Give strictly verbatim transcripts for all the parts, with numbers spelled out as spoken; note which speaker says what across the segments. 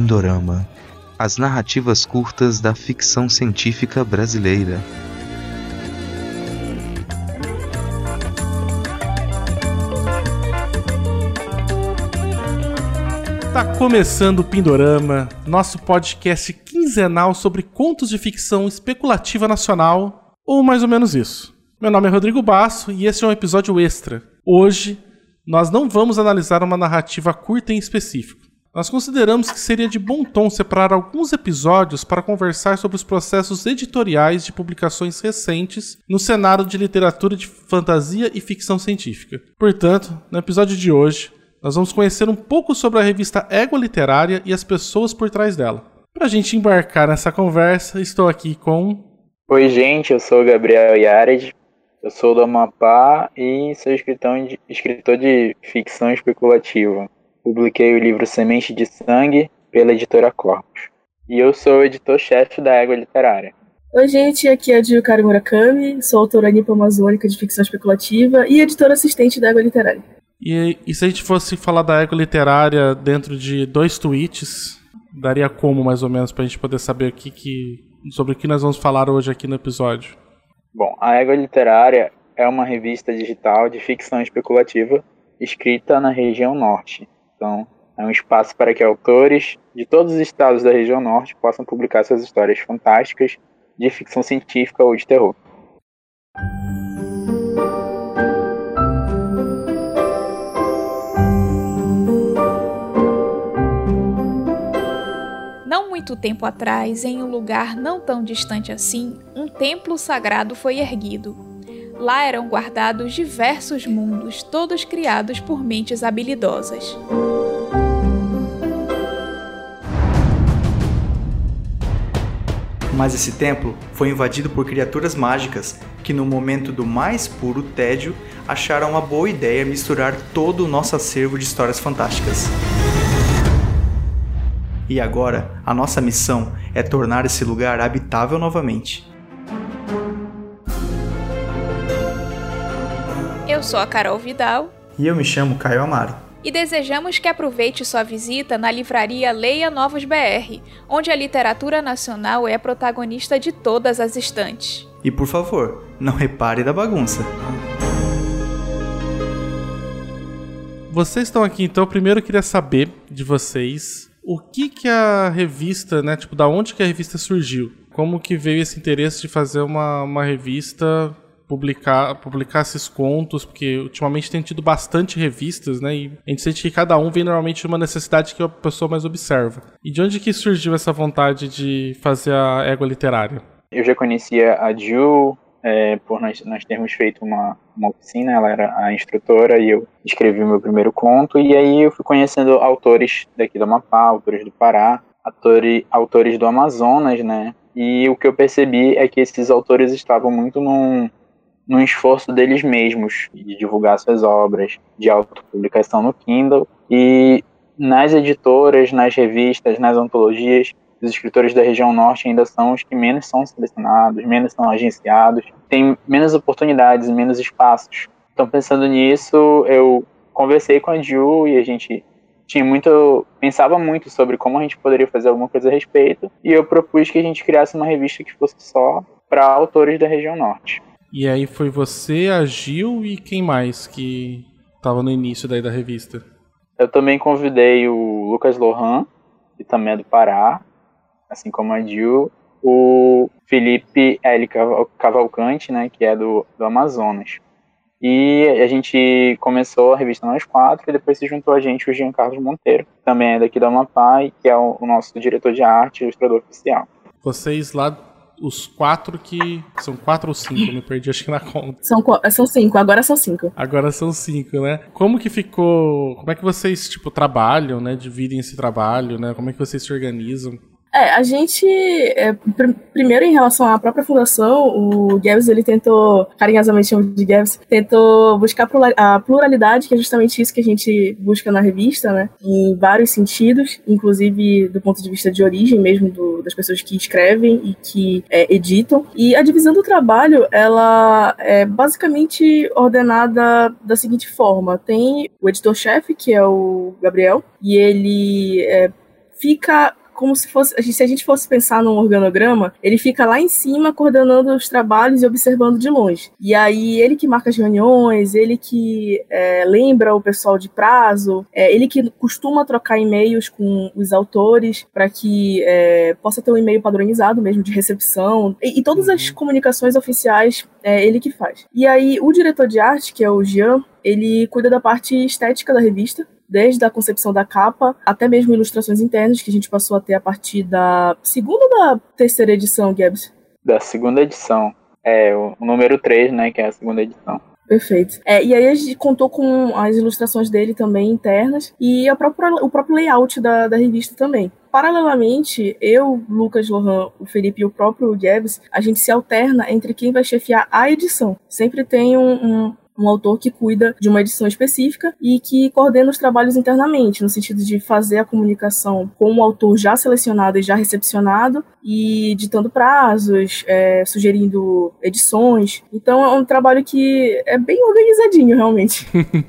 Speaker 1: Pindorama, as narrativas curtas da ficção científica brasileira.
Speaker 2: Tá começando o Pindorama, nosso podcast quinzenal sobre contos de ficção especulativa nacional, ou mais ou menos isso. Meu nome é Rodrigo Basso e esse é um episódio extra. Hoje, nós não vamos analisar uma narrativa curta em específico. Nós consideramos que seria de bom tom separar alguns episódios para conversar sobre os processos editoriais de publicações recentes no cenário de literatura de fantasia e ficção científica. Portanto, no episódio de hoje, nós vamos conhecer um pouco sobre a revista Égua Literária e as pessoas por trás dela. Para a gente embarcar nessa conversa, estou aqui com...
Speaker 3: Oi gente, eu sou o Gabriel Yared, eu sou do Amapá e sou escritor de, escritor de ficção especulativa. Publiquei o livro Semente de Sangue pela editora Corpus. E eu sou o editor-chefe da Égua Literária.
Speaker 4: Oi gente, aqui é a Jiyukari Murakami, sou autora nipo-amazônica de ficção especulativa e editora assistente da Égua Literária.
Speaker 2: E, e se a gente fosse falar da Égua Literária dentro de dois tweets, daria como mais ou menos pra gente poder saber o que, que, sobre o que nós vamos falar hoje aqui no episódio?
Speaker 3: Bom, a Égua Literária é uma revista digital de ficção especulativa escrita na região norte. Então, é um espaço para que autores de todos os estados da região norte possam publicar suas histórias fantásticas de ficção científica ou de terror.
Speaker 5: Não muito tempo atrás, em um lugar não tão distante assim, um templo sagrado foi erguido. Lá eram guardados diversos mundos, todos criados por mentes habilidosas.
Speaker 6: Mas esse templo foi invadido por criaturas mágicas que, no momento do mais puro tédio, acharam uma boa ideia misturar todo o nosso acervo de histórias fantásticas. E agora, a nossa missão é tornar esse lugar habitável novamente.
Speaker 5: Eu sou a Carol Vidal.
Speaker 6: E eu me chamo Caio Amaro.
Speaker 5: E desejamos que aproveite sua visita na livraria Leia Novos B R, onde a literatura nacional é a protagonista de todas as estantes.
Speaker 6: E por favor, não repare da bagunça.
Speaker 2: Vocês estão aqui, então, primeiro eu queria saber de vocês o que que a revista, né, tipo, da onde que a revista surgiu? Como que veio esse interesse de fazer uma, uma revista... Publicar, publicar esses contos, porque ultimamente tem tido bastante revistas, né? E a gente sente que cada um vem normalmente de uma necessidade que a pessoa mais observa. E de onde que surgiu essa vontade de fazer a Égua Literária?
Speaker 3: Eu já conhecia a Ju, é, por nós, nós termos feito uma, uma oficina, ela era a instrutora e eu escrevi o meu primeiro conto, e aí eu fui conhecendo autores daqui do Amapá, autores do Pará, autores, autores do Amazonas, né? E o que eu percebi é que esses autores estavam muito num... no esforço deles mesmos, de divulgar suas obras, de autopublicação no Kindle, e nas editoras, nas revistas, nas antologias, os escritores da região norte ainda são os que menos são selecionados, menos são agenciados, têm menos oportunidades e menos espaços. Então, pensando nisso, eu conversei com a Ju e a gente tinha muito, pensava muito sobre como a gente poderia fazer alguma coisa a respeito, e eu propus que a gente criasse uma revista que fosse só para autores da região norte.
Speaker 2: E aí foi você, a Gil e quem mais que estava no início daí da revista?
Speaker 3: Eu também convidei o Lucas Lohan, que também é do Pará, assim como a Gil, o Felipe L. Cavalcante, né, que é do, do Amazonas. E a gente começou a revista nós quatro, e depois se juntou a gente o Jean Carlos Monteiro, que também é daqui do Amapá e que é o, o nosso diretor de arte e ilustrador oficial.
Speaker 2: Vocês lá... Os quatro que... São quatro ou cinco, eu me perdi, acho que na conta.
Speaker 4: São, são cinco, agora são cinco.
Speaker 2: Agora são cinco, né? Como que ficou... Como é que vocês, tipo, trabalham, né? Dividem esse trabalho, né? Como é que vocês se organizam?
Speaker 4: É, a gente, é, pr- primeiro em relação à própria fundação, o Gabs, ele tentou, carinhosamente chamo de Gabs, tentou buscar a pluralidade, que é justamente isso que a gente busca na revista, né, em vários sentidos, inclusive do ponto de vista de origem mesmo do, das pessoas que escrevem e que é, editam. E a divisão do trabalho, ela é basicamente ordenada da seguinte forma: tem o editor-chefe, que é o Gabriel, e ele é, fica como se fosse, se a gente fosse pensar num organograma, ele fica lá em cima coordenando os trabalhos e observando de longe. E aí ele que marca as reuniões, ele que é, lembra o pessoal de prazo, é, ele que costuma trocar e-mails com os autores para que é, possa ter um e-mail padronizado mesmo de recepção, e, e todas as comunicações oficiais é ele que faz. E aí o diretor de arte, que é o Jean, ele cuida da parte estética da revista, desde a concepção da capa, até mesmo ilustrações internas, que a gente passou a ter a partir da segunda ou da terceira edição, Gabs?
Speaker 3: Da segunda edição. É, o número três, né, que é a segunda edição.
Speaker 4: Perfeito. É, e aí a gente contou com as ilustrações dele também internas e a própria, o próprio layout da, da revista também. Paralelamente, eu, Lucas Lohan, o Felipe e o próprio Gabs, a gente se alterna entre quem vai chefiar a edição. Sempre tem um... um um autor que cuida de uma edição específica e que coordena os trabalhos internamente, no sentido de fazer a comunicação com o autor já selecionado e já recepcionado, e ditando prazos, é, sugerindo edições. Então é um trabalho que é bem organizadinho, realmente.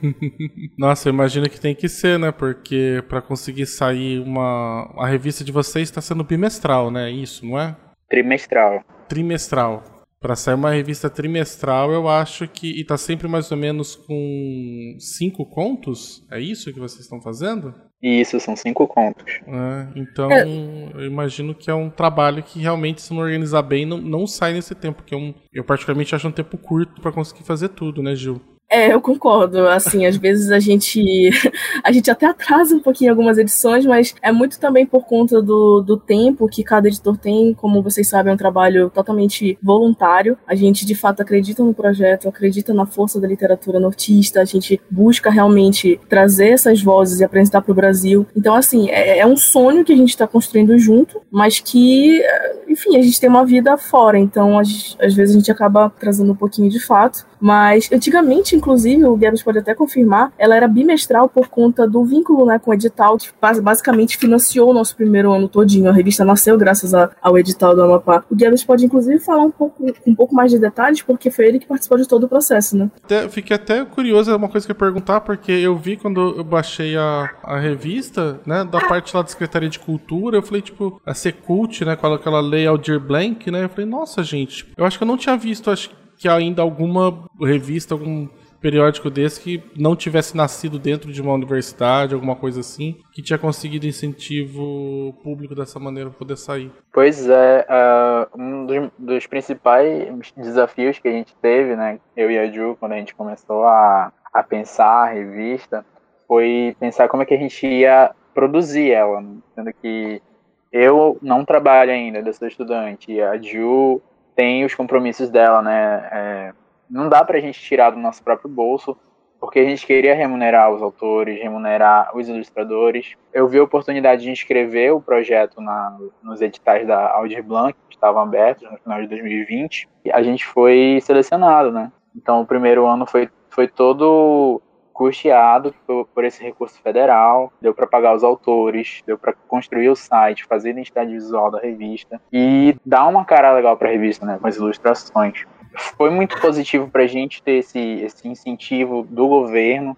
Speaker 2: Nossa, eu imagino que tem que ser, né? Porque para conseguir sair uma... A revista de vocês está sendo bimestral, né? Isso, não é?
Speaker 3: Trimestral.
Speaker 2: Trimestral. Para sair uma revista trimestral, eu acho que... E tá sempre mais ou menos com cinco contos? É isso que vocês estão fazendo?
Speaker 3: Isso, são cinco contos.
Speaker 2: É, então,
Speaker 4: é.
Speaker 2: eu imagino que é um trabalho que realmente, se não organizar bem, não, não sai nesse tempo. Porque eu, eu particularmente acho um tempo curto para conseguir fazer tudo, né, Gil?
Speaker 4: É, eu concordo. Assim, às vezes a gente a gente até atrasa um pouquinho algumas edições, mas é muito também por conta do, do tempo que cada editor tem. Como vocês sabem, é um trabalho totalmente voluntário. A gente, de fato, acredita no projeto, acredita na força da literatura nortista, a gente busca realmente trazer essas vozes e apresentar para o Brasil. Então, assim, é, é um sonho que a gente está construindo junto, mas que, enfim, a gente tem uma vida fora. Então, às, às vezes a gente acaba trazendo um pouquinho de fato. Mas, antigamente, inclusive, o Gabs pode até confirmar, ela era bimestral por conta do vínculo, né, com o edital, que basicamente financiou o nosso primeiro ano todinho. A revista nasceu graças a, ao edital do Amapá. O Gabs pode, inclusive, falar um pouco, um pouco mais de detalhes, porque foi ele que participou de todo o processo, né?
Speaker 2: Até, fiquei até curioso, é uma coisa que eu ia perguntar, porque eu vi quando eu baixei a, a revista, né, da parte lá da Secretaria de Cultura, eu falei, tipo, a Secult, né, com aquela lei Aldir Blanc, né, eu falei, nossa, gente, eu acho que eu não tinha visto, acho que ainda alguma revista, algum periódico desse que não tivesse nascido dentro de uma universidade, alguma coisa assim, que tinha conseguido incentivo público dessa maneira para poder sair.
Speaker 3: Pois é, uh, um dos, dos principais desafios que a gente teve, né, eu e a Ju, quando a gente começou a, a pensar a revista, foi pensar como é que a gente ia produzir ela, né? Sendo que eu não trabalho ainda, eu sou estudante, e a Ju tem os compromissos dela, né, é, não dá pra gente tirar do nosso próprio bolso, porque a gente queria remunerar os autores, remunerar os ilustradores. Eu vi a oportunidade de inscrever o projeto na, nos editais da Aldir Blanc, que estavam abertos no final de dois mil e vinte, e a gente foi selecionado, né, então o primeiro ano foi, foi todo custeado por, por esse recurso federal, deu para pagar os autores, deu para construir o site, fazer a identidade visual da revista e dar uma cara legal para a revista, né, com as ilustrações. Foi muito positivo para a gente ter esse, esse incentivo do governo,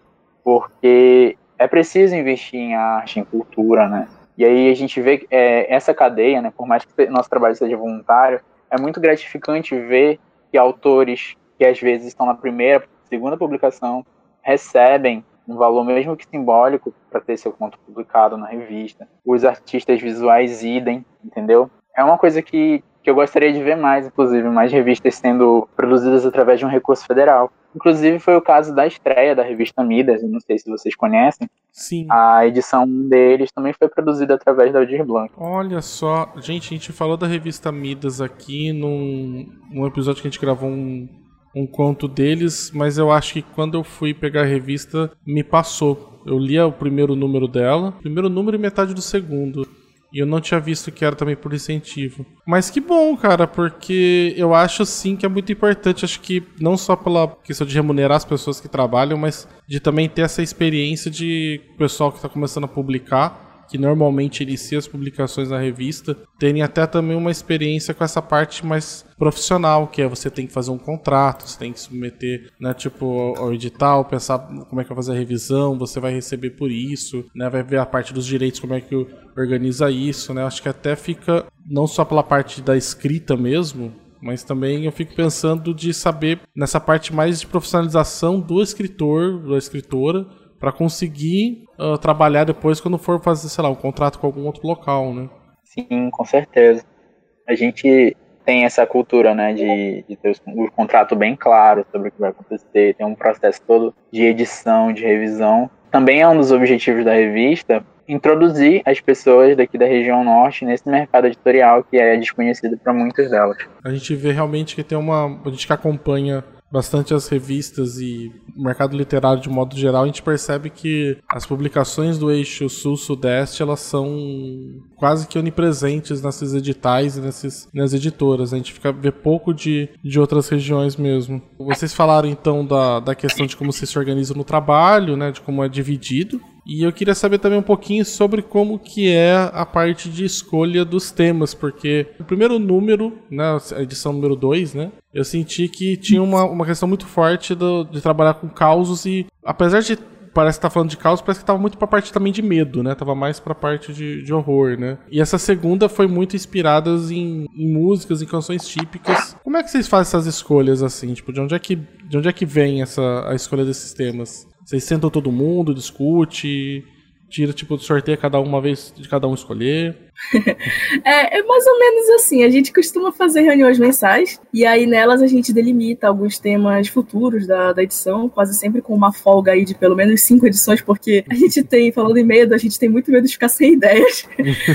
Speaker 3: porque é preciso investir em arte, em cultura, né? E aí a gente vê é, essa cadeia, né, por mais que nosso trabalho seja voluntário, é muito gratificante ver que autores que às vezes estão na primeira, segunda publicação, recebem um valor mesmo que simbólico para ter seu conto publicado na revista. Os artistas visuais idem, entendeu? É uma coisa que, que eu gostaria de ver mais, inclusive, mais revistas sendo produzidas através de um recurso federal. Inclusive foi o caso da estreia da revista Midas, eu não sei se vocês conhecem.
Speaker 2: Sim.
Speaker 3: A edição deles também foi produzida através da Aldir Blanc.
Speaker 2: Olha só, gente, a gente falou da revista Midas aqui num, num episódio que a gente gravou um... um conto deles, mas eu acho que quando eu fui pegar a revista, me passou. Eu lia o primeiro número dela, primeiro número e metade do segundo. E eu não tinha visto que era também por incentivo. Mas que bom, cara, porque eu acho sim que é muito importante. Acho que não só pela questão de remunerar as pessoas que trabalham, mas de também ter essa experiência de pessoal que está começando a publicar. que normalmente inicia as publicações na revista, terem até também uma experiência com essa parte mais profissional, que é você tem que fazer um contrato, você tem que submeter, né, tipo, ao edital, pensar como é que vai fazer a revisão, você vai receber por isso, né, vai ver a parte dos direitos, como é que organiza isso, né, acho que até fica, não só pela parte da escrita mesmo, mas também eu fico pensando de saber nessa parte mais de profissionalização do escritor, da escritora, para conseguir uh, trabalhar depois quando for fazer, sei lá, um contrato com algum outro local, né?
Speaker 3: Sim, com certeza. A gente tem essa cultura, né, de, de ter o contrato bem claro sobre o que vai acontecer, tem um processo todo de edição, de revisão. Também é um dos objetivos da revista introduzir as pessoas daqui da região norte nesse mercado editorial que é desconhecido para muitas delas.
Speaker 2: A gente vê realmente que tem uma... A gente que acompanha bastante as revistas e o mercado literário de modo geral, a gente percebe que as publicações do eixo sul-sudeste, elas são quase que onipresentes nesses editais e nesses, nas editoras. A gente fica, vê pouco de, de outras regiões mesmo. Vocês falaram então da, da questão de como vocês se organizam no trabalho, né, de como é dividido. E eu queria saber também um pouquinho sobre como que é a parte de escolha dos temas, porque o primeiro número, né, a edição número dois, né, eu senti que tinha uma, uma questão muito forte do, de trabalhar com causos e, apesar de parece estar tá falando de caos, parece que estava muito pra parte também de medo, né? Tava mais pra parte de, de horror, né? E essa segunda foi muito inspirada em, em músicas, em canções típicas. Como é que vocês fazem essas escolhas, assim? Tipo, de onde é que, de onde é que vem essa, a escolha desses temas? Vocês sentam todo mundo, discute, tira, tipo, sorteia cada um uma vez de cada um escolher?
Speaker 4: é, é mais ou menos assim, a gente costuma fazer reuniões mensais, e aí nelas a gente delimita alguns temas futuros da, da edição, quase sempre com uma folga aí de pelo menos cinco edições, porque a gente tem, falando em medo, a gente tem muito medo de ficar sem ideias.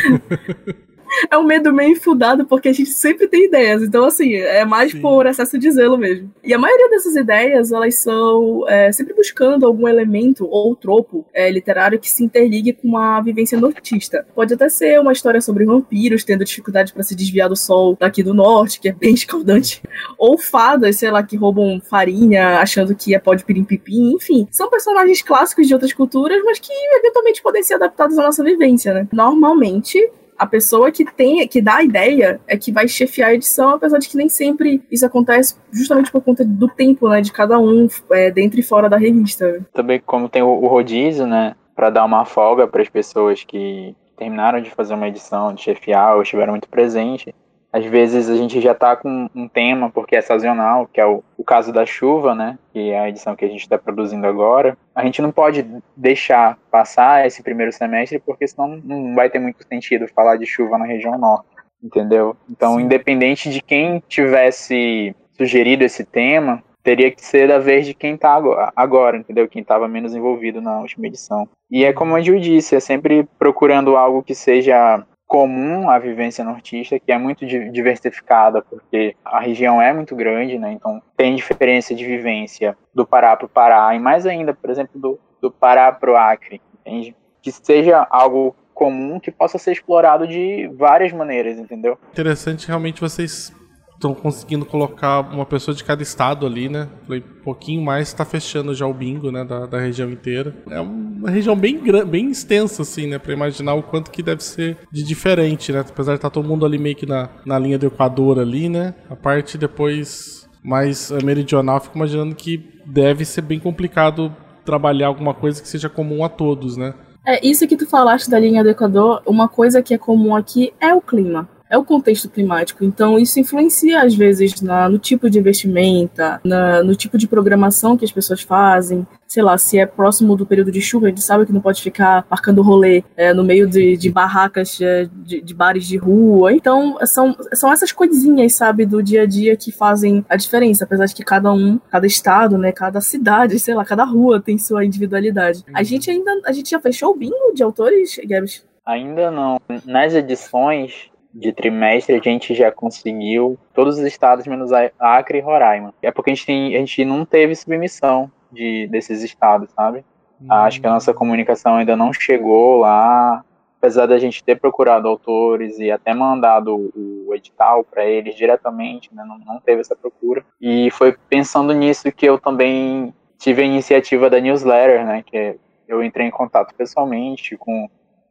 Speaker 4: É um medo meio infundado, porque a gente sempre tem ideias. Então, assim, é mais Sim. por excesso de zelo mesmo. E a maioria dessas ideias, elas são é, sempre buscando algum elemento ou tropo é, literário que se interligue com uma vivência nortista. Pode até ser uma história sobre vampiros tendo dificuldade para se desviar do sol daqui do norte, que é bem escaldante. Ou fadas, sei lá, que roubam farinha achando que é pó de pirim-pipim. Enfim, são personagens clássicos de outras culturas, mas que eventualmente podem ser adaptados à nossa vivência, né? Normalmente, a pessoa que tem, que dá a ideia é que vai chefiar a edição, apesar de que nem sempre isso acontece justamente por conta do tempo, né, de cada um, é, dentro e fora da revista.
Speaker 3: Também como tem o, o rodízio, né, para dar uma folga para as pessoas que terminaram de fazer uma edição, de chefiar ou estiveram muito presentes. Às vezes a gente já está com um tema, porque é sazonal, que é o, o caso da chuva, né? Que é a edição que a gente está produzindo agora. A gente não pode deixar passar esse primeiro semestre, porque senão não vai ter muito sentido falar de chuva na região norte, entendeu? Então, Sim. independente de quem tivesse sugerido esse tema, teria que ser da vez de quem está agora, entendeu? Quem estava menos envolvido na última edição. E é como a Gil disse, é sempre procurando algo que seja comum à vivência nortista, que é muito diversificada, porque a região é muito grande, né? Então tem diferença de vivência do Pará para o Pará, e mais ainda, por exemplo, do, do Pará para o Acre, entende? Que seja algo comum que possa ser explorado de várias maneiras, entendeu?
Speaker 2: Interessante, realmente vocês estão conseguindo colocar uma pessoa de cada estado ali, né? Falei, um pouquinho mais, está fechando já o bingo, né, da, da região inteira. É uma região bem, bem extensa, assim, né, para imaginar o quanto que deve ser de diferente, né? Apesar de estar todo mundo ali meio que na, na linha do Equador ali, né? A parte depois mais meridional, fico imaginando que deve ser bem complicado trabalhar alguma coisa que seja comum a todos, né?
Speaker 4: É, isso que tu falaste da linha do Equador, uma coisa que é comum aqui é o clima. É o contexto climático, então isso influencia às vezes na, no tipo de investimento, na, no tipo de programação que as pessoas fazem, sei lá, se é próximo do período de chuva, a gente sabe que não pode ficar marcando rolê é, no meio de, de barracas, é, de, de bares de rua, então são, são essas coisinhas, sabe, do dia a dia que fazem a diferença, apesar de que cada um, cada estado, né, cada cidade, sei lá, cada rua tem sua individualidade. A gente ainda, a gente já fechou o bingo de autores, Gabs?
Speaker 3: Ainda não. Nas edições de trimestre, a gente já conseguiu todos os estados menos Acre e Roraima. É porque a gente, tem, a gente não teve submissão de, desses estados, sabe? Hum. Acho que a nossa comunicação ainda não chegou lá, apesar da gente ter procurado autores e até mandado o, o edital para eles diretamente, né? não, não teve essa procura. E foi pensando nisso que eu também tive a iniciativa da newsletter, né? Que eu entrei em contato pessoalmente com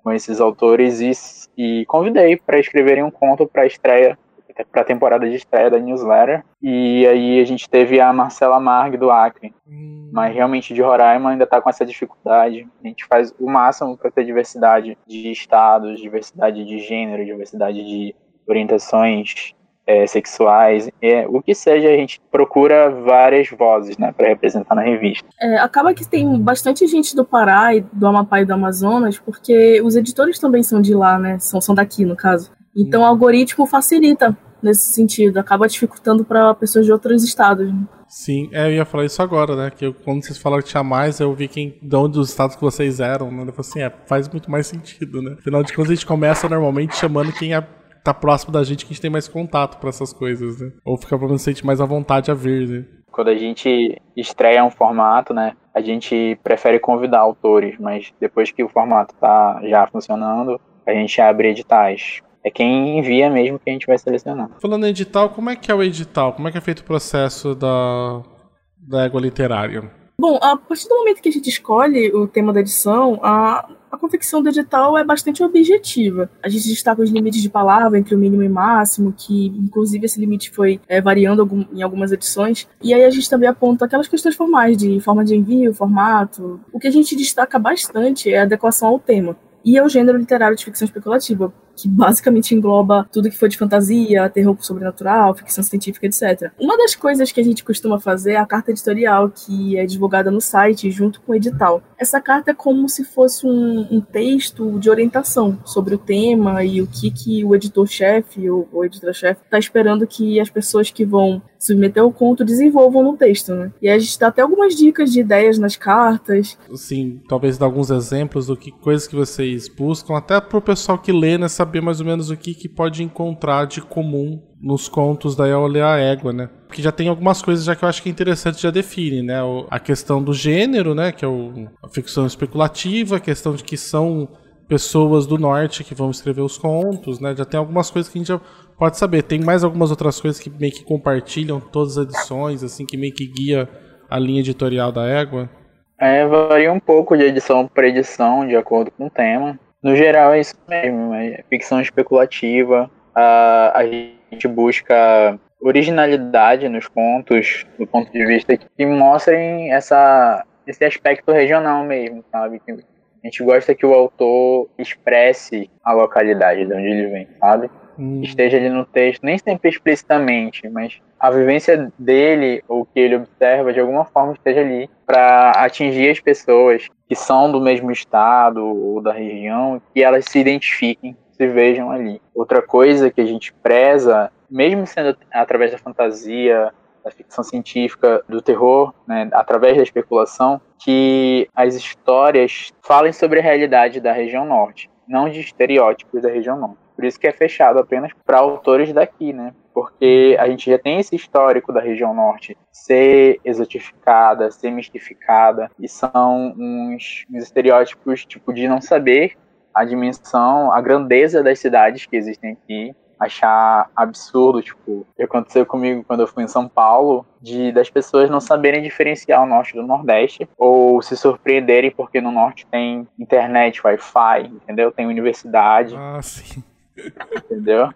Speaker 3: com esses autores e, e convidei para escreverem um conto para a estreia, para a temporada de estreia da newsletter. E aí a gente teve a Marcela Marg do Acre, hum. mas realmente de Roraima ainda está com essa dificuldade. A gente faz o máximo para ter diversidade de estados, diversidade de gênero, diversidade de orientações é, sexuais, é, o que seja, a gente procura várias vozes, né, para representar na revista.
Speaker 4: É, acaba que tem bastante gente do Pará, e do Amapá e do Amazonas, porque os editores também são de lá, né, são, são daqui no caso. Então hum. o algoritmo facilita nesse sentido, acaba dificultando para pessoas de outros estados. Né?
Speaker 2: Sim, é, eu ia falar isso agora, né? Que eu, quando vocês falaram que tinha mais, eu vi quem, de onde os estados que vocês eram, né? Eu falei assim, é, faz muito mais sentido, né? Afinal de contas, a gente começa normalmente chamando quem é, tá próximo da gente, que a gente tem mais contato para essas coisas, né? Ou fica pelo menos sente mais à vontade a ver, né?
Speaker 3: Quando a gente estreia um formato, né? A gente prefere convidar autores, mas depois que o formato tá já funcionando, a gente abre editais. É quem envia mesmo que a gente vai selecionar.
Speaker 2: Falando em edital, como é que é o edital? Como é que é feito o processo da, da égua literária?
Speaker 4: Bom, a partir do momento que a gente escolhe o tema da edição, a, a confecção do edital é bastante objetiva. A gente destaca os limites de palavra entre o mínimo e máximo, que inclusive esse limite foi é, variando algum, em algumas edições. E aí a gente também aponta aquelas questões formais de forma de envio, formato. O que a gente destaca bastante é a adequação ao tema e ao gênero literário de ficção especulativa, que basicamente engloba tudo que for de fantasia, terror sobrenatural, ficção científica, etcétera. Uma das coisas que a gente costuma fazer é a carta editorial, que é divulgada no site junto com o edital. Essa carta é como se fosse um, um texto de orientação sobre o tema e o que, que o editor-chefe ou, ou editora-chefe está esperando que as pessoas que vão submeter o conto desenvolvam no texto, né? E a gente dá até algumas dicas de ideias nas cartas.
Speaker 2: Sim, talvez dar alguns exemplos do que coisas que vocês buscam, até para o pessoal que lê, né, saber mais ou menos o que, que pode encontrar de comum nos contos da Olha a Égua, né? Porque já tem algumas coisas já que eu acho que é interessante, já define, né? O, a questão do gênero, né? Que é o, a ficção especulativa, a questão de que são pessoas do norte que vão escrever os contos, né? Já tem algumas coisas que a gente já pode saber. Tem mais algumas outras coisas que meio que compartilham todas as edições, assim, que meio que guia a linha editorial da Égua?
Speaker 3: É, varia um pouco de edição para edição, de acordo com o tema. No geral é isso mesmo, é ficção especulativa, a, a gente busca originalidade nos contos, do ponto de vista que mostrem essa, esse aspecto regional mesmo, sabe? Que a gente gosta que o autor expresse a localidade de onde ele vem, sabe? Hum. Esteja ali no texto, nem sempre explicitamente, mas a vivência dele, ou que ele observa, de alguma forma esteja ali para atingir as pessoas que são do mesmo estado ou da região, que elas se identifiquem, se vejam ali. Outra coisa que a gente preza, mesmo sendo através da fantasia, da ficção científica, do terror, né, através da especulação, que as histórias falem sobre a realidade da região norte, não de estereótipos da região norte. Por isso que é fechado apenas para autores daqui, né? Porque a gente já tem esse histórico da região norte ser exotificada, ser mistificada, e são uns, uns estereótipos tipo de não saber a dimensão, a grandeza das cidades que existem aqui, achar absurdo, tipo, o que aconteceu comigo quando eu fui em São Paulo, de das pessoas não saberem diferenciar o norte do nordeste, ou se surpreenderem porque no norte tem internet, Wi-Fi, entendeu? Tem universidade.
Speaker 2: Ah, sim.
Speaker 3: Entendeu?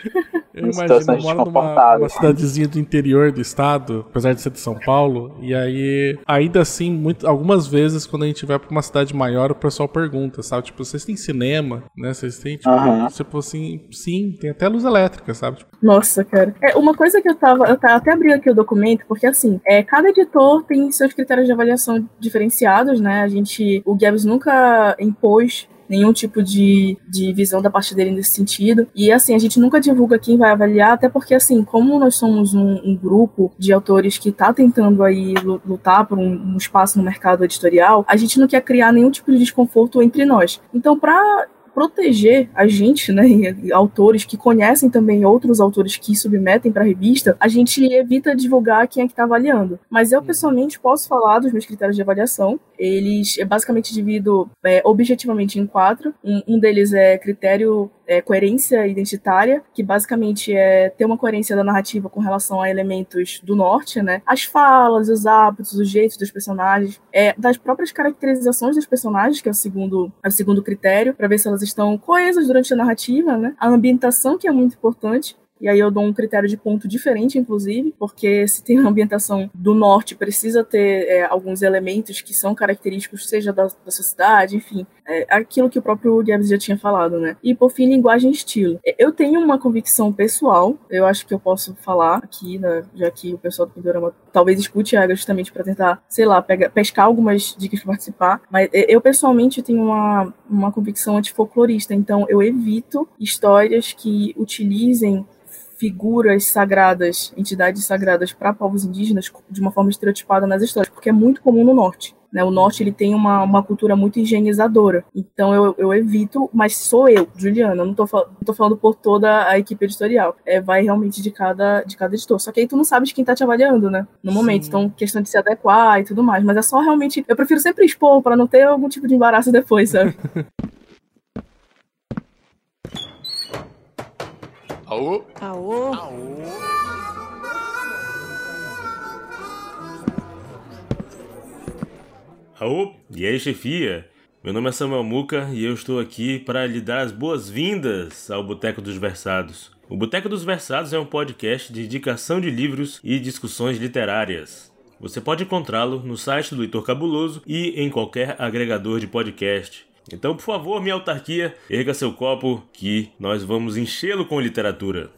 Speaker 2: Eu imagino, eu moro numa, numa cidadezinha do interior do estado, apesar de ser de São Paulo, e aí, ainda assim, muito, algumas vezes, quando a gente vai pra uma cidade maior, o pessoal pergunta, sabe? Tipo, vocês têm cinema, né? Vocês têm, tipo, uhum. tipo assim, sim, tem até luz elétrica, sabe? Tipo,
Speaker 4: nossa, cara. É, uma coisa que eu tava, eu tava até abrindo aqui o documento, porque assim, é, cada editor tem seus critérios de avaliação diferenciados, né? A gente, o Gabs nunca impôs nenhum tipo de, de visão da parte dele nesse sentido. E, assim, a gente nunca divulga quem vai avaliar, até porque, assim, como nós somos um, um grupo de autores que tá tentando aí lutar por um, um espaço no mercado editorial, a gente não quer criar nenhum tipo de desconforto entre nós. Então, para proteger a gente, né, e autores que conhecem também outros autores que submetem para a revista, a gente evita divulgar quem é que está avaliando. Mas eu, pessoalmente, posso falar dos meus critérios de avaliação. eles é basicamente dividido é, objetivamente em quatro. Um, um deles é critério é, coerência identitária, que basicamente é ter uma coerência da narrativa com relação a elementos do norte, né? As falas, os hábitos, os jeitos dos personagens, é, das próprias caracterizações dos personagens, que é o segundo, é o segundo critério, para ver se elas estão coesas durante a narrativa, né? A ambientação, que é muito importante. E aí eu dou um critério de ponto diferente, inclusive, porque se tem uma ambientação do norte, precisa ter é, alguns elementos que são característicos, seja da, da sociedade, enfim, é, aquilo que o próprio Gabs já tinha falado, né? E, por fim, linguagem e estilo. Eu tenho uma convicção pessoal, eu acho que eu posso falar aqui, né, já que o pessoal do Pindorama talvez escute a Aga justamente para tentar, sei lá, pega, pescar algumas dicas para participar, mas eu, pessoalmente, tenho uma, uma convicção antifolclorista, então eu evito histórias que utilizem figuras sagradas, entidades sagradas para povos indígenas de uma forma estereotipada nas histórias, porque é muito comum no norte. Né? O norte ele tem uma, uma cultura muito higienizadora, então eu, eu evito, mas sou eu, Juliana, não tô, não tô falando por toda a equipe editorial, é, vai realmente de cada, de cada editor, só que aí tu não sabes quem tá te avaliando, né, no momento, Sim. Então questão de se adequar e tudo mais, mas é só realmente, eu prefiro sempre expor para não ter algum tipo de embaraço depois, sabe?
Speaker 7: Aô?
Speaker 8: Aô?
Speaker 7: Aô?
Speaker 9: Aô? E aí, chefia? Meu nome é Samuel Muca e eu estou aqui para lhe dar as boas-vindas ao Boteco dos Versados. O Boteco dos Versados é um podcast de indicação de livros e discussões literárias. Você pode encontrá-lo no site do Heitor Cabuloso e em qualquer agregador de podcast. Então, por favor, minha autarquia, erga seu copo que nós vamos enchê-lo com literatura.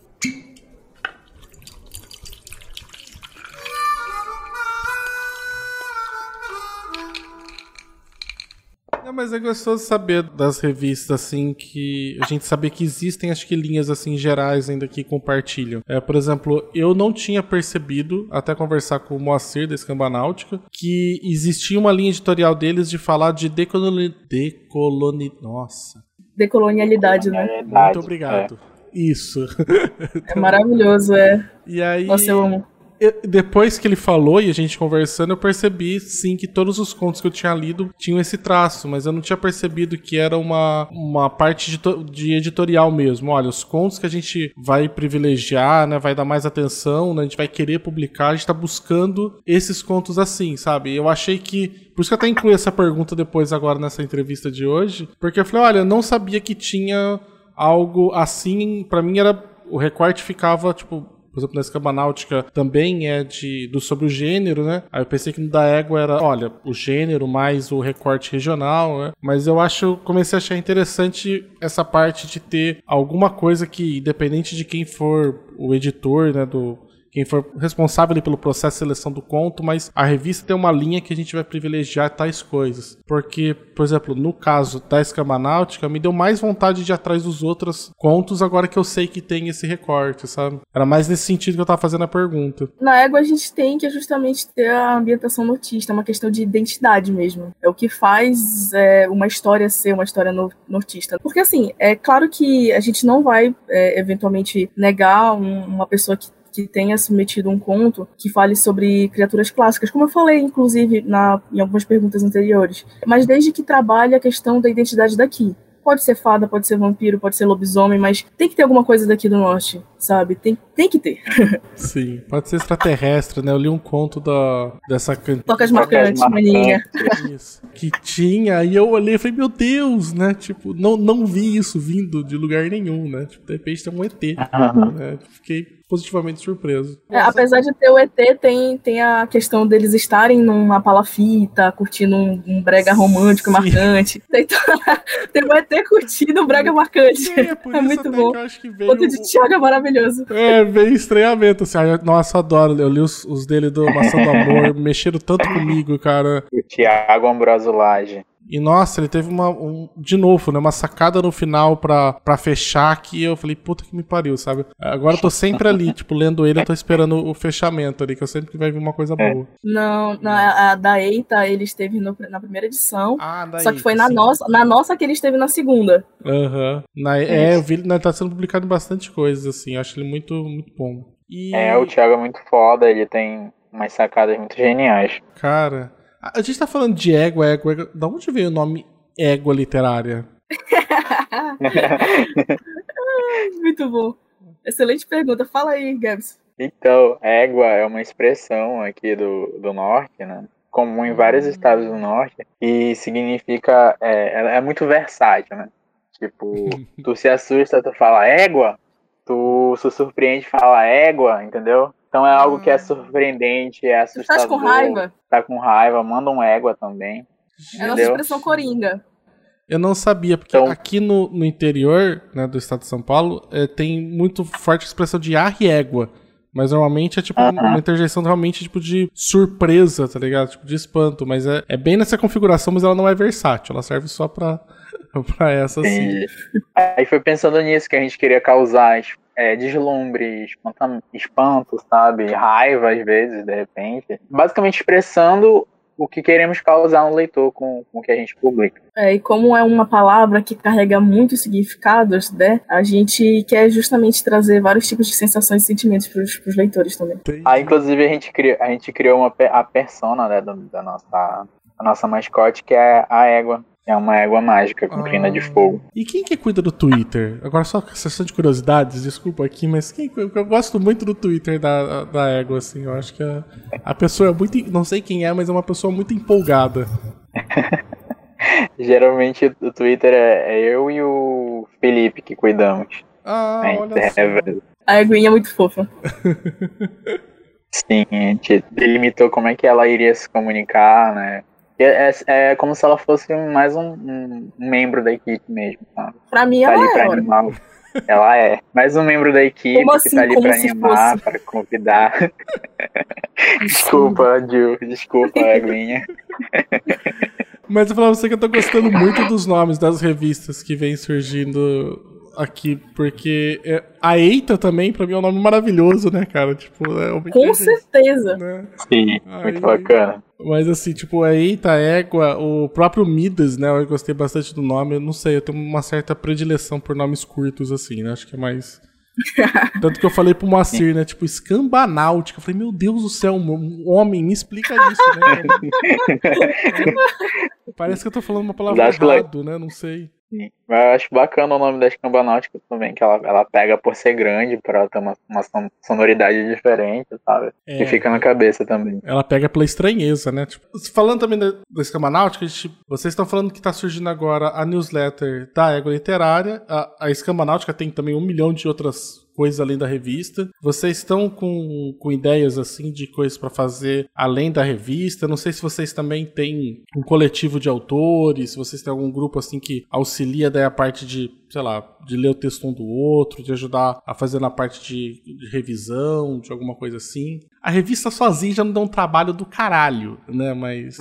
Speaker 2: Não, mas é gostoso saber das revistas, assim, que a gente saber que existem, acho que linhas, assim, gerais ainda que compartilham. É, por exemplo, eu não tinha percebido, até conversar com o Moacir da Escambanáutica, que existia uma linha editorial deles de falar de decoloni... decoloni... Nossa.
Speaker 4: Decolonialidade, né?
Speaker 2: Muito obrigado. É. Isso.
Speaker 4: É maravilhoso, é.
Speaker 2: E aí...
Speaker 4: Nossa, eu amo.
Speaker 2: Depois que ele falou e a gente conversando, eu percebi, sim, que todos os contos que eu tinha lido tinham esse traço, mas eu não tinha percebido que era uma, uma parte de, de editorial mesmo. Olha, os contos que a gente vai privilegiar, né, vai dar mais atenção, né, a gente vai querer publicar, a gente tá buscando esses contos assim, sabe? Eu achei que... Por isso que eu até incluí essa pergunta depois agora nessa entrevista de hoje, porque eu falei, olha, eu não sabia que tinha algo assim, pra mim era... O recorte ficava, tipo... Por exemplo, na Escambanáutica também é de, do, sobre o gênero, né? Aí eu pensei que no da Égua era, olha, o gênero mais o recorte regional, né? Mas eu acho, comecei a achar interessante essa parte de ter alguma coisa que, independente de quem for o editor, né, do... quem for responsável ali pelo processo de seleção do conto, mas a revista tem uma linha que a gente vai privilegiar tais coisas. Porque, por exemplo, no caso da Escambanáutica, me deu mais vontade de ir atrás dos outros contos agora que eu sei que tem esse recorte, sabe? Era mais nesse sentido que eu tava fazendo a pergunta.
Speaker 4: Na Égua a gente tem que justamente ter a ambientação nortista, é uma questão de identidade mesmo. É o que faz é, uma história ser uma história no, nortista. Porque assim, é claro que a gente não vai é, eventualmente negar um, uma pessoa que que tenha submetido um conto que fale sobre criaturas clássicas, como eu falei, inclusive, na, em algumas perguntas anteriores. Mas desde que trabalhe a questão da identidade daqui. Pode ser fada, pode ser vampiro, pode ser lobisomem, mas tem que ter alguma coisa daqui do norte, sabe? Tem, tem que ter.
Speaker 2: Sim, pode ser extraterrestre, né? Eu li um conto da, dessa cantina.
Speaker 4: Tocas marcantes, maninha.
Speaker 2: Isso. Que tinha, e eu olhei e falei, meu Deus, né? Tipo, não, não vi isso vindo de lugar nenhum, né? Tipo, de repente tem um E T. Uhum. Né? Fiquei positivamente surpreso.
Speaker 4: É, apesar de ter o E T, tem, tem a questão deles estarem numa palafita, curtindo um, um brega romântico Sim. marcante. Tem, tem o E T curtindo um brega marcante. É, é muito bom. O conto de Thiago é maravilhoso.
Speaker 2: É, veio estranhamento. Assim, nossa, adoro. Eu li os, os dele do Maçã do Amor, mexeram tanto comigo, cara.
Speaker 3: O Thiago Ambrosio Lage.
Speaker 2: E nossa, ele teve uma, um, de novo, né, uma sacada no final pra, pra fechar que eu falei, puta que me pariu, sabe? Agora eu tô sempre ali, tipo, lendo ele, eu tô esperando o fechamento ali, que eu sempre que vai vir uma coisa boa.
Speaker 4: Não, na, a da Eita, ele esteve no, na primeira edição,
Speaker 2: ah, da
Speaker 4: só
Speaker 2: Eita,
Speaker 4: que foi na nossa, na nossa que ele esteve na segunda.
Speaker 2: Aham. Uhum. É, eu vi ele, né, tá sendo publicado em bastante coisas, assim, eu acho ele muito, muito bom. E...
Speaker 3: É, o Thiago é muito foda, ele tem umas sacadas muito geniais.
Speaker 2: Cara... A gente tá falando de égua, égua, égua. Da onde veio o nome égua literária?
Speaker 4: Muito bom. Excelente pergunta. Fala aí, Gabs.
Speaker 3: Então, égua é uma expressão aqui do, do norte, né? Comum em vários estados do norte. E significa... É, ela é muito versátil, né? Tipo, tu se assusta, tu fala égua. Tu se surpreende e fala égua, entendeu? Então é algo que é surpreendente, é assustador.
Speaker 4: Tá com raiva?
Speaker 3: Tá com raiva, manda um égua também.
Speaker 4: É a nossa expressão coringa.
Speaker 2: Eu não sabia, porque então, aqui no, no interior, né, do estado de São Paulo, é, tem muito forte expressão de ar e égua. Mas normalmente é tipo uh-huh. uma interjeição realmente tipo de surpresa, tá ligado? Tipo de espanto. Mas é, é bem nessa configuração, mas ela não é versátil. Ela serve só pra, pra essa, assim.
Speaker 3: Aí foi pensando nisso que a gente queria causar é, deslumbre, espanto, espanto, sabe? Raiva, às vezes, de repente. Basicamente expressando o que queremos causar no leitor com, com o que a gente publica.
Speaker 4: É, e como é uma palavra que carrega muitos significados, né, a gente quer justamente trazer vários tipos de sensações e sentimentos para os leitores também.
Speaker 3: Ah, inclusive a gente criou, a gente criou uma, a persona, né, da, da nossa, a nossa mascote, que é a égua. É uma égua mágica com crina ah. de fogo.
Speaker 2: E quem que cuida do Twitter? Agora só questão de curiosidades, desculpa aqui, mas quem, eu gosto muito do Twitter da, da égua, assim. Eu acho que a, a pessoa é muito... Não sei quem é, mas é uma pessoa muito empolgada.
Speaker 3: Geralmente o Twitter é, é eu e o Felipe que cuidamos.
Speaker 2: Ah,
Speaker 3: a
Speaker 2: olha só.
Speaker 3: É...
Speaker 4: A éguinha é muito fofa.
Speaker 3: Sim, a gente delimitou como é que ela iria se comunicar, né? É, é, é como se ela fosse mais um, um, um membro da equipe mesmo, sabe?
Speaker 4: Pra mim,
Speaker 3: tá
Speaker 4: ela
Speaker 3: ali
Speaker 4: é.
Speaker 3: Pra animar. Ela é. Mais um membro da equipe
Speaker 4: como assim,
Speaker 3: que tá ali pra animar,
Speaker 4: fosse?
Speaker 3: pra convidar. Desculpa, Gil. Desculpa, Eguinha.
Speaker 2: Mas eu falava pra você que eu tô gostando muito dos nomes das revistas que vem surgindo aqui, porque é, a Eita também, pra mim, é um nome maravilhoso, né, cara? Tipo, é uma
Speaker 4: Com certeza.
Speaker 3: Né? Sim, aí, muito bacana.
Speaker 2: Mas assim, tipo, a Eita, Égua, o próprio Midas, né? Eu gostei bastante do nome. Eu não sei, eu tenho uma certa predileção por nomes curtos, assim, né? Acho que é mais... Tanto que eu falei pro Moacir, né? Tipo, escambanáutica. Eu falei, meu Deus do céu, um homem, me explica isso, né? Parece que eu tô falando uma palavra errado, né? Não sei.
Speaker 3: Sim. Eu acho bacana o nome da escambanáutica também, que ela, ela pega por ser grande, pra ela ter uma, uma sonoridade diferente, sabe? É, que fica na cabeça também.
Speaker 2: Ela pega pela estranheza, né? Tipo, falando também da, da escambanáutica, a gente, vocês estão falando que tá surgindo agora a newsletter da Égua Literária. A, a escambanáutica tem também um milhão de outras coisas além da revista. Vocês estão com, com ideias assim de coisas para fazer além da revista? Não sei se vocês também têm um coletivo de autores, se vocês têm algum grupo assim que auxilia daí a parte de, sei lá, de ler o texto um do outro, de ajudar a fazer na parte de, de revisão, de alguma coisa assim. A revista sozinha já não dá um trabalho do caralho, né? Mas...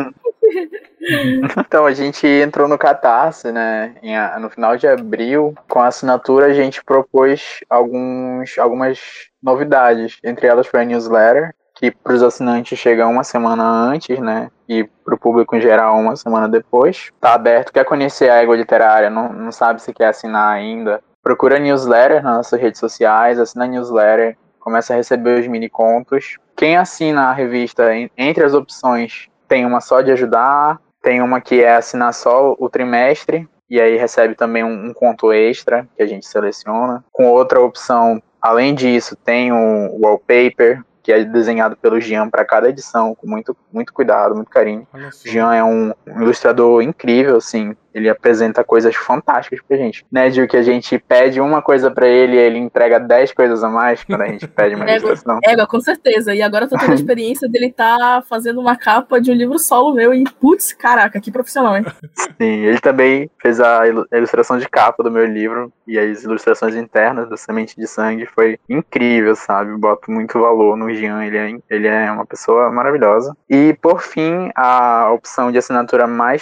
Speaker 3: Então, a gente entrou no Catarse, né, em, no final de abril. Com a assinatura, a gente propôs alguns, algumas novidades. Entre elas foi a newsletter, que para os assinantes chega uma semana antes, né, e para o público em geral uma semana depois. Tá aberto, quer conhecer a Égua Literária, não, não sabe se quer assinar ainda. Procura a newsletter nas nossas redes sociais, assina a newsletter, começa a receber os mini contos. Quem assina a revista, entre as opções, tem uma só de ajudar, tem uma que é assinar só o trimestre, e aí recebe também um, um conto extra, que a gente seleciona. Com outra opção, além disso, tem o wallpaper, que é desenhado pelo Jean para cada edição, com muito, muito cuidado, muito carinho. Jean é um, um ilustrador incrível, assim, ele apresenta coisas fantásticas pra gente. Né, Gil, que a gente pede uma coisa pra ele e ele entrega dez coisas a mais quando a gente pede uma ilustração.
Speaker 4: É, com certeza. E agora eu tô tendo a experiência dele tá fazendo uma capa de um livro solo meu e, putz, caraca, que profissional, hein?
Speaker 3: Sim, ele também fez a ilustração de capa do meu livro e as ilustrações internas da Semente de Sangue. Foi incrível, sabe? Boto muito valor no Jean, ele é, ele é uma pessoa maravilhosa. E, por fim, a opção de assinatura mais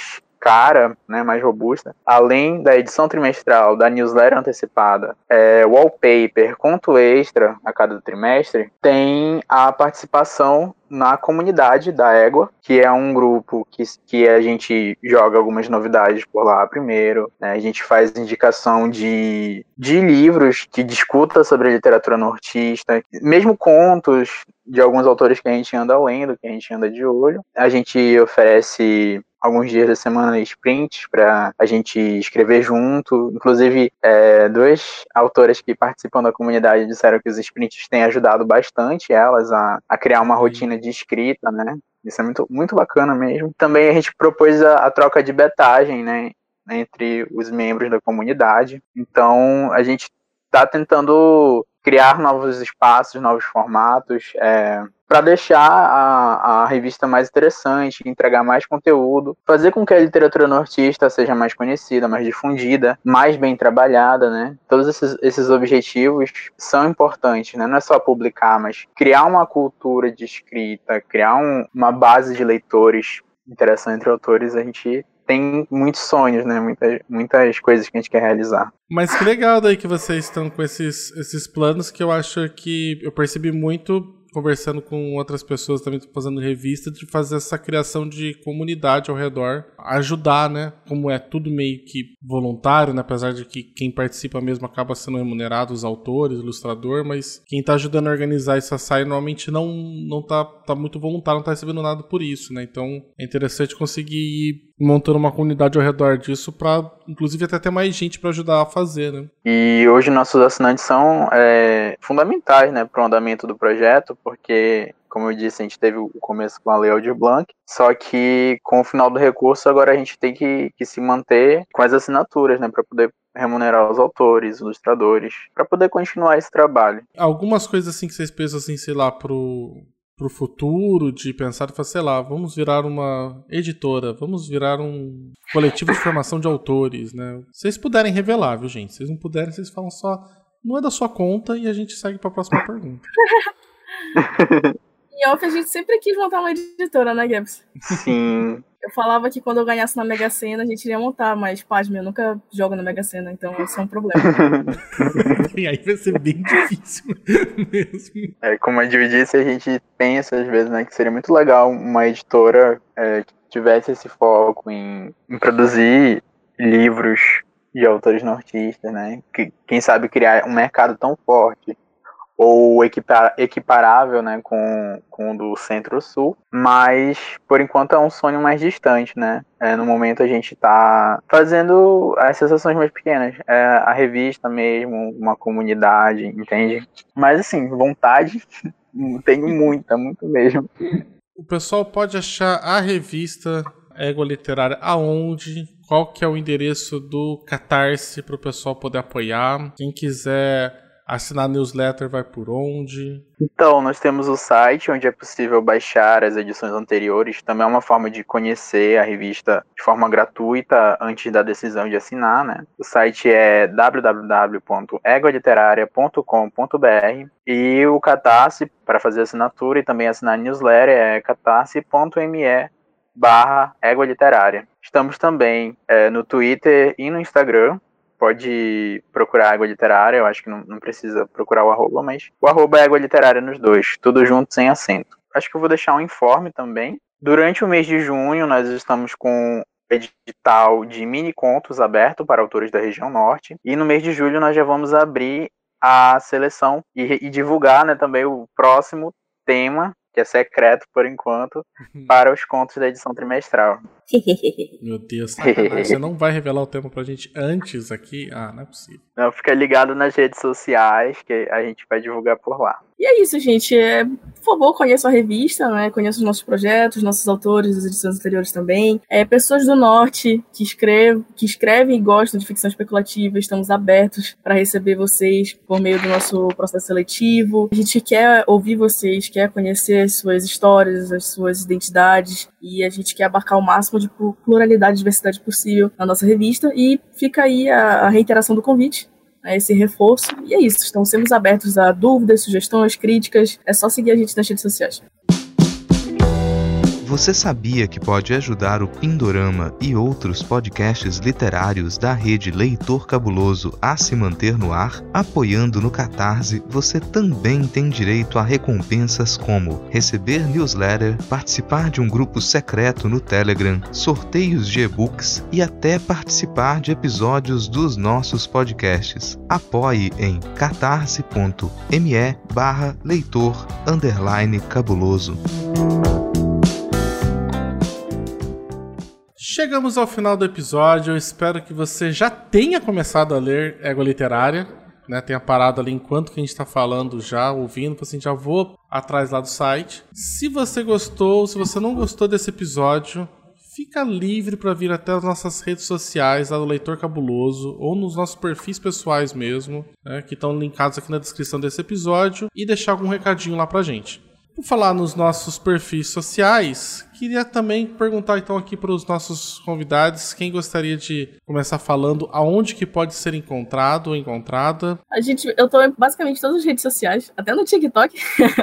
Speaker 3: cara, né, mais robusta, além da edição trimestral, da newsletter antecipada, é, wallpaper, conto extra a cada trimestre, tem a participação na comunidade da Égua, que é um grupo que, que a gente joga algumas novidades por lá primeiro, né? A gente faz indicação de, de livros que discuta sobre a literatura nortista, mesmo contos de alguns autores que a gente anda lendo, que a gente anda de olho. A gente oferece alguns dias da semana sprints para a gente escrever junto. Inclusive, é, duas autoras que participam da comunidade disseram que os sprints têm ajudado bastante elas a, a criar uma rotina de escrita, né? Isso é muito, muito bacana mesmo. Também a gente propôs a, a troca de betagem, né, entre os membros da comunidade. Então, a gente está tentando criar novos espaços, novos formatos, é, para deixar a, a revista mais interessante, entregar mais conteúdo, fazer com que a literatura nortista seja mais conhecida, mais difundida, mais bem trabalhada, né? Todos esses, esses objetivos são importantes, né? Não é só publicar, mas criar uma cultura de escrita, criar um, uma base de leitores, interação entre autores. A gente tem muitos sonhos, né? Muitas, muitas coisas que a gente quer realizar.
Speaker 2: Mas que legal daí que vocês estão com esses, esses planos, que eu acho que eu percebi muito conversando com outras pessoas também fazendo revista, de fazer essa criação de comunidade ao redor, ajudar, né? Como é tudo meio que voluntário, né? Apesar de que quem participa mesmo acaba sendo remunerado, os autores, o ilustrador, mas quem tá ajudando a organizar essa saia normalmente não, não tá, tá muito voluntário, não tá recebendo nada por isso, né? Então é interessante conseguir ir montando uma comunidade ao redor disso pra, inclusive, até ter mais gente pra ajudar a fazer, né?
Speaker 3: E hoje nossos assinantes são é, fundamentais, né, pro andamento do projeto, porque, como eu disse, a gente teve o começo com a Lei Aldir Blanc, só que com o final do recurso agora a gente tem que, que se manter com as assinaturas, né, para poder remunerar os autores, ilustradores, para poder continuar esse trabalho.
Speaker 2: Algumas coisas assim que vocês pensam, assim, sei lá, pro... pro futuro, de pensar e falar, sei lá, vamos virar uma editora, vamos virar um coletivo de formação de autores, né? Se vocês puderem revelar, viu, gente? Se vocês não puderem, vocês falam só, não é da sua conta, e a gente segue pra próxima pergunta.
Speaker 4: Em off, a gente sempre quis montar uma editora, né, Gabs?
Speaker 3: Sim.
Speaker 4: Eu falava que quando eu ganhasse na Mega Sena, a gente iria montar, mas, pasme, eu nunca jogo na Mega Sena, então isso é um problema.
Speaker 2: E aí vai ser bem difícil mesmo.
Speaker 3: É, como a Jill disse, a gente pensa às vezes, né, que seria muito legal uma editora é, que tivesse esse foco em, em produzir livros de autores nortistas, né? Que, quem sabe criar um mercado tão forte ou equipar, equiparável, né, com, com o do Centro-Sul, mas por enquanto é um sonho mais distante, né? É, no momento a gente está fazendo essas ações mais pequenas, é, a revista mesmo, uma comunidade, entende? Mas assim, vontade tenho muita, muito mesmo.
Speaker 2: O pessoal pode achar a revista Égua Literária aonde? Qual que é o endereço do Catarse para o pessoal poder apoiar? Quem quiser assinar a newsletter vai por onde?
Speaker 3: Então, nós temos o site onde é possível baixar as edições anteriores. Também é uma forma de conhecer a revista de forma gratuita antes da decisão de assinar, né? O site é w w w ponto égua literaria ponto com ponto b r e o Catarse, para fazer assinatura e também assinar a newsletter, é catarse ponto m e barra égua literária. Estamos também é, no Twitter e no Instagram. Pode procurar Égua Literária, eu acho que não, não precisa procurar o arroba, mas o arroba é Égua Literária nos dois, tudo junto, sem acento. Acho que eu vou deixar um informe também. Durante o mês de junho, nós estamos com edital de mini contos aberto para autores da região norte, e no mês de julho nós já vamos abrir a seleção e, e divulgar, né, também o próximo tema, que é secreto por enquanto, para os contos da edição trimestral.
Speaker 2: Meu Deus, sacanagem. Você não vai revelar o tema pra gente antes aqui? Ah, não é possível.
Speaker 3: Não, fica ligado nas redes sociais, que a gente vai divulgar por lá.
Speaker 4: E é isso, gente. É, por favor, conheçam a revista, né? Conheçam os nossos projetos, nossos autores, as edições anteriores também. É, pessoas do Norte que escrevem, que escrevem e gostam de ficção especulativa, estamos abertos para receber vocês por meio do nosso processo seletivo. A gente quer ouvir vocês, quer conhecer as suas histórias, as suas identidades, e a gente quer abarcar o máximo de pluralidade e diversidade possível na nossa revista. E fica aí a, a reiteração do convite, né, esse reforço, e é isso. Estamos sempre abertos a dúvidas, sugestões, críticas. É só seguir a gente nas redes sociais.
Speaker 1: Você sabia que pode ajudar o Pindorama e outros podcasts literários da rede Leitor Cabuloso a se manter no ar? Apoiando no Catarse, você também tem direito a recompensas como receber newsletter, participar de um grupo secreto no Telegram, sorteios de e-books e até participar de episódios dos nossos podcasts. Apoie em catarse.me barra leitor underline cabuloso.
Speaker 2: Chegamos ao final do episódio, eu espero que você já tenha começado a ler Égua Literária, né? Tenha parado ali enquanto que a gente está falando já, ouvindo, assim, já vou atrás lá do site. Se você gostou, se você não gostou desse episódio, fica livre para vir até as nossas redes sociais, lá do Leitor Cabuloso, ou nos nossos perfis pessoais mesmo, né? Que estão linkados aqui na descrição desse episódio, e deixar algum recadinho lá pra gente. Por falar nos nossos perfis sociais, queria também perguntar então aqui para os nossos convidados quem gostaria de começar falando aonde que pode ser encontrado ou encontrada.
Speaker 4: A gente, eu tô basicamente em todas as redes sociais, até no TikTok.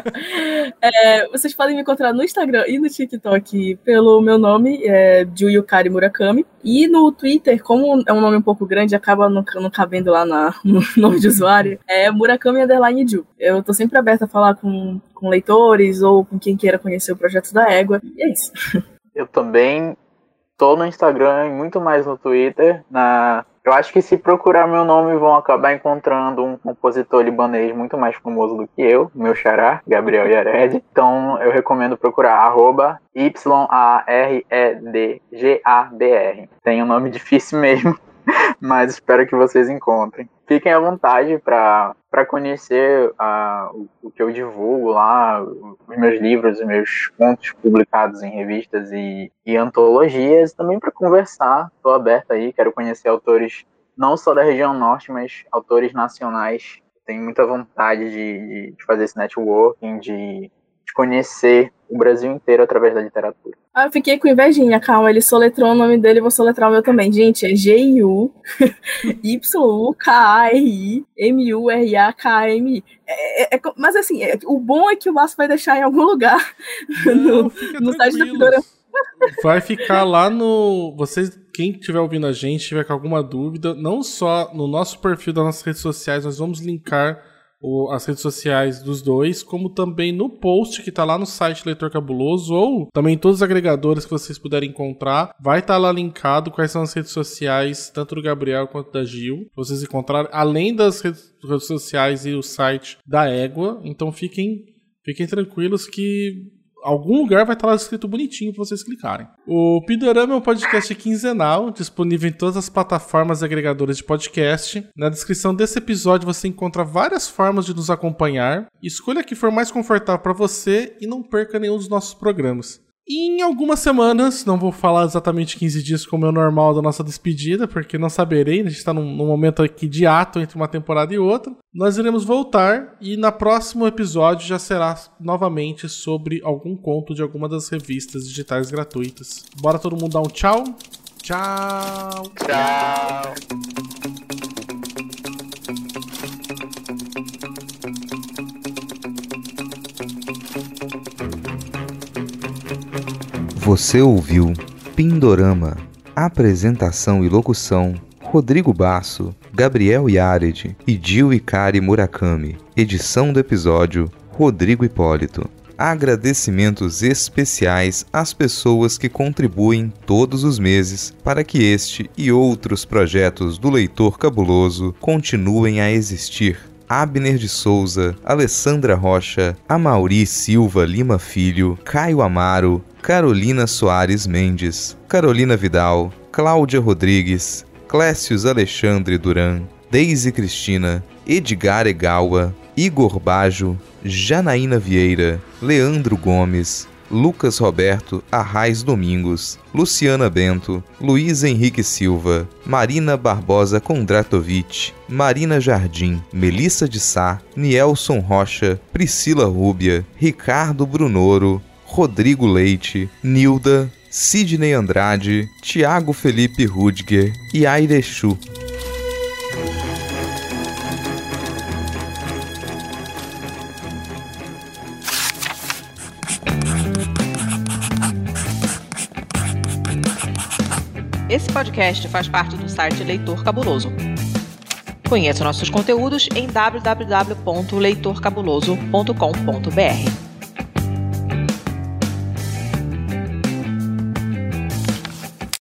Speaker 4: é, vocês podem me encontrar no Instagram e no TikTok pelo meu nome, é Ju Yukari Murakami. E no Twitter, como é um nome um pouco grande, acaba não, não cabendo lá na, no nome de usuário, é Murakami Underline Ju. Eu tô sempre aberta a falar com, com leitores ou com quem queira conhecer o projeto da Égua. E é isso.
Speaker 3: Eu também tô no Instagram e muito mais no Twitter. Na... Eu acho que se procurar meu nome vão acabar encontrando um compositor libanês muito mais famoso do que eu, meu xará, Gabriel Yared. Então eu recomendo procurar arroba Y A R E D G A B R. Tem um nome difícil mesmo, mas espero que vocês encontrem. Fiquem à vontade para para conhecer uh, o, o que eu divulgo lá, os meus livros, os meus contos publicados em revistas e, e antologias, também para conversar. Estou aberto aí, quero conhecer autores não só da região norte, mas autores nacionais. Tenho muita vontade de, de fazer esse networking, de, de conhecer o Brasil inteiro através da literatura.
Speaker 4: Ah, eu fiquei com invejinha, calma, ele soletrou o nome dele, vou soletrar o meu também. Gente, é G U Y U K A R I M U R A K M I. É, é, é, mas assim, é, o bom é que o Basso vai deixar em algum lugar
Speaker 2: Não,
Speaker 4: no, no site do Pindorama.
Speaker 2: Vai ficar lá no... Vocês, quem estiver ouvindo a gente, tiver com alguma dúvida, não só no nosso perfil das nossas redes sociais, nós vamos linkar o, as redes sociais dos dois, como também no post que está lá no site Leitor Cabuloso, ou também em todos os agregadores que vocês puderem encontrar, vai estar tá lá linkado quais são as redes sociais, tanto do Gabriel quanto da Gil, pra vocês encontrarem, além das redes, redes sociais e o site da Égua. Então fiquem, fiquem tranquilos que algum lugar vai estar lá escrito bonitinho para vocês clicarem. O Pindorama é um podcast quinzenal, disponível em todas as plataformas e agregadores de podcast. Na descrição desse episódio você encontra várias formas de nos acompanhar. Escolha a que for mais confortável para você e não perca nenhum dos nossos programas. E em algumas semanas, não vou falar exatamente quinze dias como é o normal da nossa despedida, porque não saberei, a gente está num, num momento aqui de ato entre uma temporada e outra. Nós iremos voltar e no próximo episódio já será novamente sobre algum conto de alguma das revistas digitais gratuitas. Bora todo mundo dar um tchau? Tchau!
Speaker 3: Tchau!
Speaker 1: Você ouviu Pindorama. Apresentação e locução: Rodrigo Basso, Gabriel Yared e Gil Yukari Murakami. Edição do episódio: Rodrigo Hipólito. Agradecimentos especiais às pessoas que contribuem todos os meses para que este e outros projetos do Leitor Cabuloso continuem a existir. Abner de Souza, Alessandra Rocha, Amauri Silva Lima Filho, Caio Amaro, Carolina Soares Mendes, Carolina Vidal, Cláudia Rodrigues, Clécius Alexandre Duran, Deise Cristina, Edgar Egawa, Igor Bajo, Janaína Vieira, Leandro Gomes, Lucas Roberto Arraes Domingos, Luciana Bento, Luiz Henrique Silva, Marina Barbosa Kondratovic, Marina Jardim, Melissa de Sá, Nielson Rocha, Priscila Rúbia, Ricardo Brunoro, Rodrigo Leite, Nilda, Sidney Andrade, Tiago Felipe Rudger e Airechu.
Speaker 7: Esse podcast faz parte do site Leitor Cabuloso. Conheça nossos conteúdos em w w w ponto leitor cabuloso ponto com ponto b r.